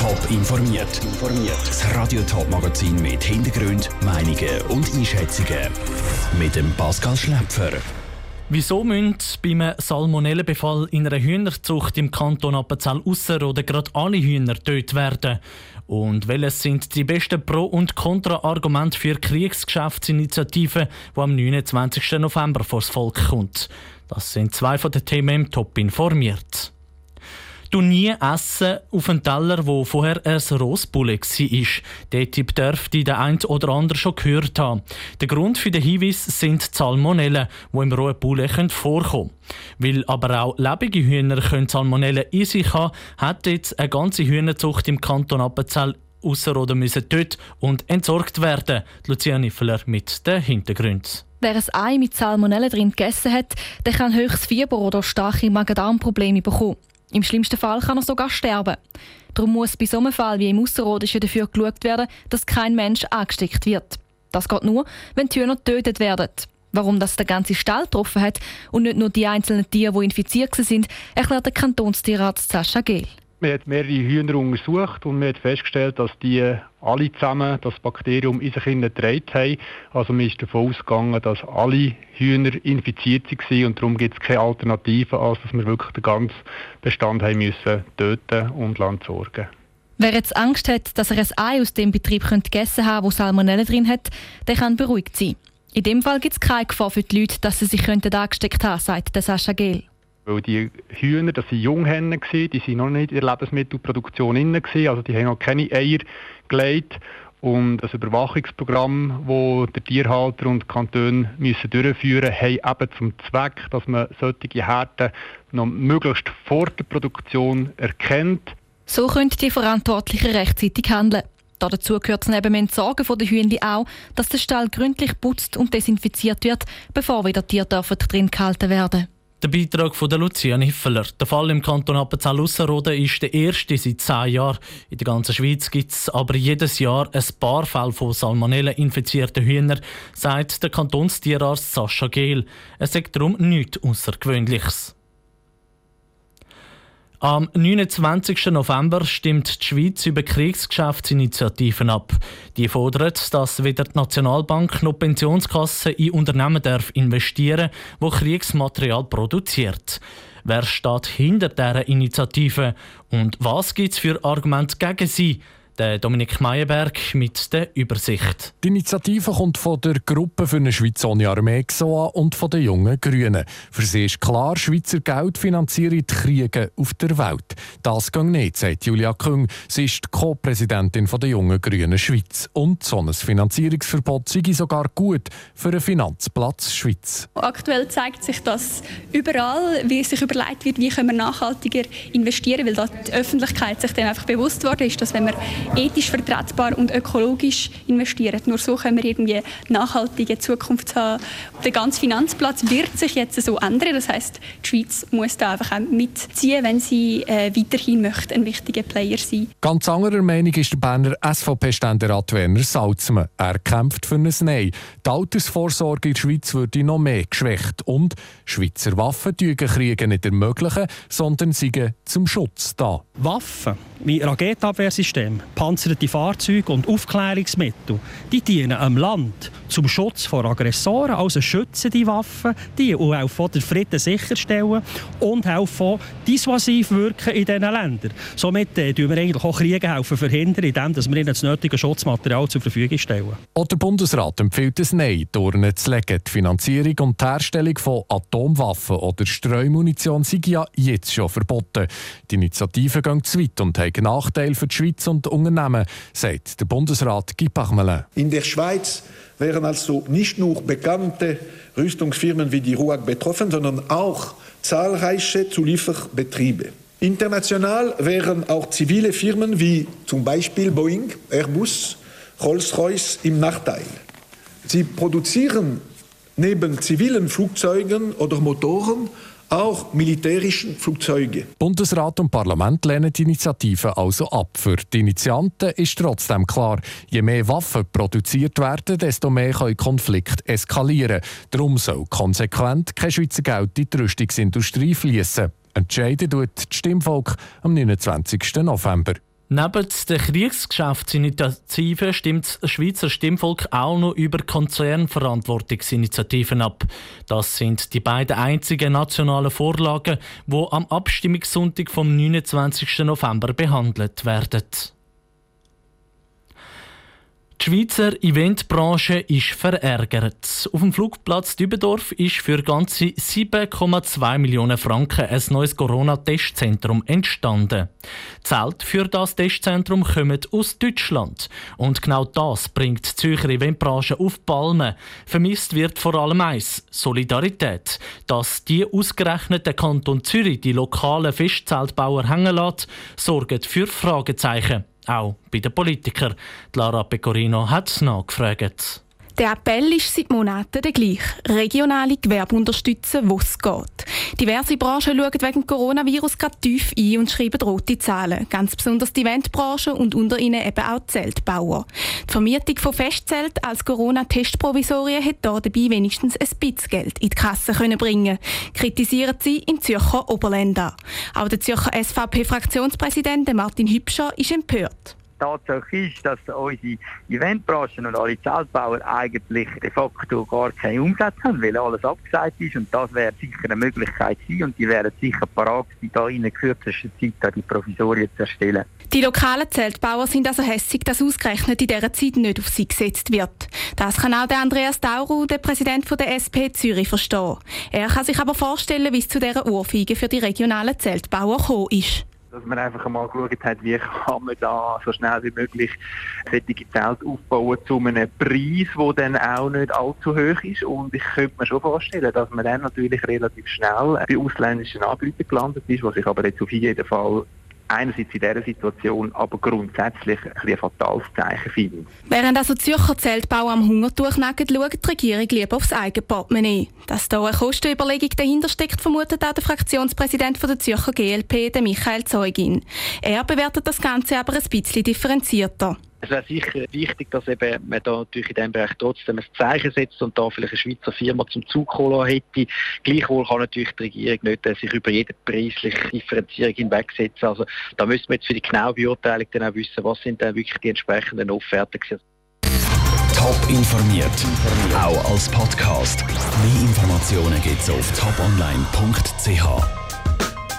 Top informiert. Das Radio Top Magazin mit Hintergrund, Meinungen und Einschätzungen mit dem Pascal Schläpfer. Wieso müssen beim Salmonellenbefall in einer Hühnerzucht im Kanton Appenzell-Ausserrhoden gerade alle Hühner getötet werden? Und welches sind die besten Pro- und Kontra-Argumente für Kriegsgeschäftsinitiativen, die am 29. November vors Volk kommt? Das sind zwei von den Themen im Top informiert. Du nie essen auf einen Teller, wo vorher ein Rossbulle war. Der Tipp dürfte der ein oder andere schon gehört haben. Der Grund für den Hinweis sind die Salmonellen, die im rohen Bulle vorkommen können. Weil aber auch lebende Hühner Salmonellen in sich haben, hat jetzt eine ganze Hühnerzucht im Kanton Appenzell Ausserrhoden müssen tötet und entsorgt werden. Lucia Niffeler mit den Hintergründen. Wer ein Ei mit Salmonellen drin gegessen hat, der kann höchstes Fieber oder starke Magen-Darm-Probleme bekommen. Im schlimmsten Fall kann er sogar sterben. Darum muss bei so einem Fall wie im Ausserrhodischen dafür geschaut werden, dass kein Mensch angesteckt wird. Das geht nur, wenn die Hühner getötet werden. Warum das der ganze Stall getroffen hat und nicht nur die einzelnen Tiere, die infiziert sind, erklärt der Kantonstierarzt Sascha Gehl. Man hat mehrere Hühner untersucht und man hat festgestellt, dass die alle zusammen das Bakterium in sich getragen haben. Also man ist davon ausgegangen, dass alle Hühner infiziert waren und darum gibt es keine Alternative, als dass wir wirklich den ganzen Bestand haben müssen töten und entsorgen. Wer jetzt Angst hat, dass er ein Ei aus dem Betrieb gegessen haben könnte, das Salmonellen drin hat, der kann beruhigt sein. In dem Fall gibt es keine Gefahr für die Leute, dass sie sich angesteckt haben, sagt Sascha Gehl. Weil die Hühner, das waren Junghennen, die waren noch nicht in der Lebensmittelproduktion drin, also die haben noch keine Eier gelegt. Und das Überwachungsprogramm, das der Tierhalter und die Kantone durchführen müssen, haben eben zum Zweck, dass man solche Härten noch möglichst vor der Produktion erkennt. So können die Verantwortlichen rechtzeitig handeln. Dazu gehört neben dem Entsorgen der Hühner auch, dass der Stall gründlich geputzt und desinfiziert wird, bevor wieder Tiere drin gehalten werden. Der Beitrag von Lucia Niffeler. Der Fall im Kanton Appenzell-Ausserrhoden ist der erste seit 10 Jahren. In der ganzen Schweiz gibt es aber jedes Jahr ein paar Fälle von Salmonellen infizierten Hühnern, sagt der Kantonstierarzt Sascha Gehl. Es ist darum nichts Außergewöhnliches. Am 29. November stimmt die Schweiz über Kriegsgeschäftsinitiativen ab. Die fordert, dass weder die Nationalbank noch die Pensionskasse in Unternehmen investieren darf, die Kriegsmaterial produziert. Wer steht hinter dieser Initiative und was gibt es für Argumente gegen sie? Der Dominik Meyerberg mit der Übersicht. Die Initiative kommt von der Gruppe für eine Schweiz ohne Armee (XOA) und von den Jungen Grünen. Für sie ist klar, Schweizer Geld finanziert die Kriege auf der Welt. Das geht nicht, sagt Julia Küng. Sie ist die Co-Präsidentin der Jungen Grünen Schweiz. Und so ein Finanzierungsverbot sei sogar gut für einen Finanzplatz Schweiz. Aktuell zeigt sich, dass überall wie sich überlegt wird, wie können wir nachhaltiger investieren, weil da die Öffentlichkeit sich dann einfach bewusst worden ist, dass wenn wir ethisch vertretbar und ökologisch investieren. Nur so können wir irgendwie nachhaltige Zukunft haben. Der ganze Finanzplatz wird sich jetzt so ändern. Das heisst, die Schweiz muss da einfach auch mitziehen, wenn sie weiterhin möchte, ein wichtiger Player sein. Ganz anderer Meinung ist der Berner SVP-Ständerat Werner Salzmann. Er kämpft für ein Nein. Die Altersvorsorge in der Schweiz würde noch mehr geschwächt. Und Schweizer Waffen ermöglichen Kriege nicht ermöglichen, sondern seien zum Schutz da. Waffen wie Raketenabwehrsysteme, panzerte Fahrzeuge und Aufklärungsmittel, die dienen am Land zum Schutz vor Aggressoren, also schützen die Waffen, die auch helfen, den Frieden sicherstellen und helfen dissuasiv wirken in diesen Ländern. Somit helfen wir eigentlich auch Kriege verhindern, indem wir ihnen das nötige Schutzmaterial zur Verfügung stellen. Auch der Bundesrat empfiehlt es Nein, durchzulegen. Die Finanzierung und die Herstellung von Atomwaffen oder Streumunition sind ja jetzt schon verboten. Die Initiative geht zu weit und hat Nachteile für die Schweiz und Unternehmen, sagt der Bundesrat Guy Parmelin. In der Schweiz wären also nicht nur bekannte Rüstungsfirmen wie die RUAG betroffen, sondern auch zahlreiche Zulieferbetriebe. International wären auch zivile Firmen wie zum Beispiel Boeing, Airbus, Rolls-Royce im Nachteil. Sie produzieren neben zivilen Flugzeugen oder Motoren auch militärischen Flugzeuge. Bundesrat und Parlament lehnen die Initiative also ab. Für die Initianten ist trotzdem klar, je mehr Waffen produziert werden, desto mehr kann Konflikt eskalieren. Darum soll konsequent kein Schweizer Geld in die Rüstungsindustrie fließen. Entscheiden tut das Stimmvolk am 29. November. Neben der Kriegsgeschäftsinitiative stimmt das Schweizer Stimmvolk auch noch über Konzernverantwortungsinitiativen ab. Das sind die beiden einzigen nationalen Vorlagen, die am Abstimmungssonntag vom 29. November behandelt werden. Die Schweizer Eventbranche ist verärgert. Auf dem Flugplatz Dübendorf ist für ganze 7,2 Millionen Franken ein neues Corona-Testzentrum entstanden. Zelte für das Testzentrum kommen aus Deutschland. Und genau das bringt die Zürcher Eventbranche auf die Palme. Vermisst wird vor allem eins: Solidarität. Dass die ausgerechnet der Kanton Zürich die lokalen Festzeltbauer hängen lässt, sorgt für Fragezeichen. Auch bei den Politikern. Lara Pecorino hat es nachgefragt. Der Appell ist seit Monaten der gleiche. Regionale Gewerbe unterstützen, wo es geht. Diverse Branchen schauen wegen dem Coronavirus gerade tief ein und schreiben rote Zahlen. Ganz besonders die Eventbranche und unter ihnen eben auch die Zeltbauer. Die Vermietung von Festzelten als Corona-Testprovisorien hat hier dabei wenigstens ein bisschen Geld in die Kasse können bringen, kritisieren sie im Zürcher Oberländer. Auch der Zürcher SVP-Fraktionspräsident Martin Hübscher ist empört. Tatsache ist, dass unsere Eventbranchen und alle Zeltbauer eigentlich de facto gar keinen Umsatz haben, weil alles abgesagt ist, und das wäre sicher eine Möglichkeit sein, und die wären sicher parat, da in kürzester Zeit die Provisorien zu erstellen. Die lokalen Zeltbauer sind also hässig, dass ausgerechnet in dieser Zeit nicht auf sie gesetzt wird. Das kann auch der Andreas Dauru, der Präsident der SP Zürich, verstehen. Er kann sich aber vorstellen, wie es zu dieser Ohrfeige für die regionalen Zeltbauer gekommen ist. Dass man einfach einmal geschaut hat, wie kann man da so schnell wie möglich solche Zelte aufbauen zu einem Preis, der dann auch nicht allzu hoch ist. Und ich könnte mir schon vorstellen, dass man dann natürlich relativ schnell bei ausländischen Anbietern gelandet ist, was ich aber jetzt auf jeden Fall einerseits in dieser Situation, aber grundsätzlich ein fatales Zeichen finde. Während also Zürcher Zeltbauer am Hungertuch nagen, schaut die Regierung lieber aufs eigene Portemonnaie. Dass da eine Kostenüberlegung dahinter steckt, vermutet auch der Fraktionspräsident der Zürcher GLP, der Michael Zeugin. Er bewertet das Ganze aber ein bisschen differenzierter. Es wäre sicher wichtig, dass eben man da natürlich in diesem Bereich trotzdem ein Zeichen setzt und da vielleicht eine Schweizer Firma zum Zug kommen hätte. Gleichwohl kann natürlich die Regierung nicht sich über jede preisliche Differenzierung hinwegsetzen. Also da müssen wir jetzt für die genaue Beurteilung dann auch wissen, was sind dann wirklich die entsprechenden Offerten gewesen. Top informiert, auch als Podcast. Mehr Informationen gibt es auf toponline.ch.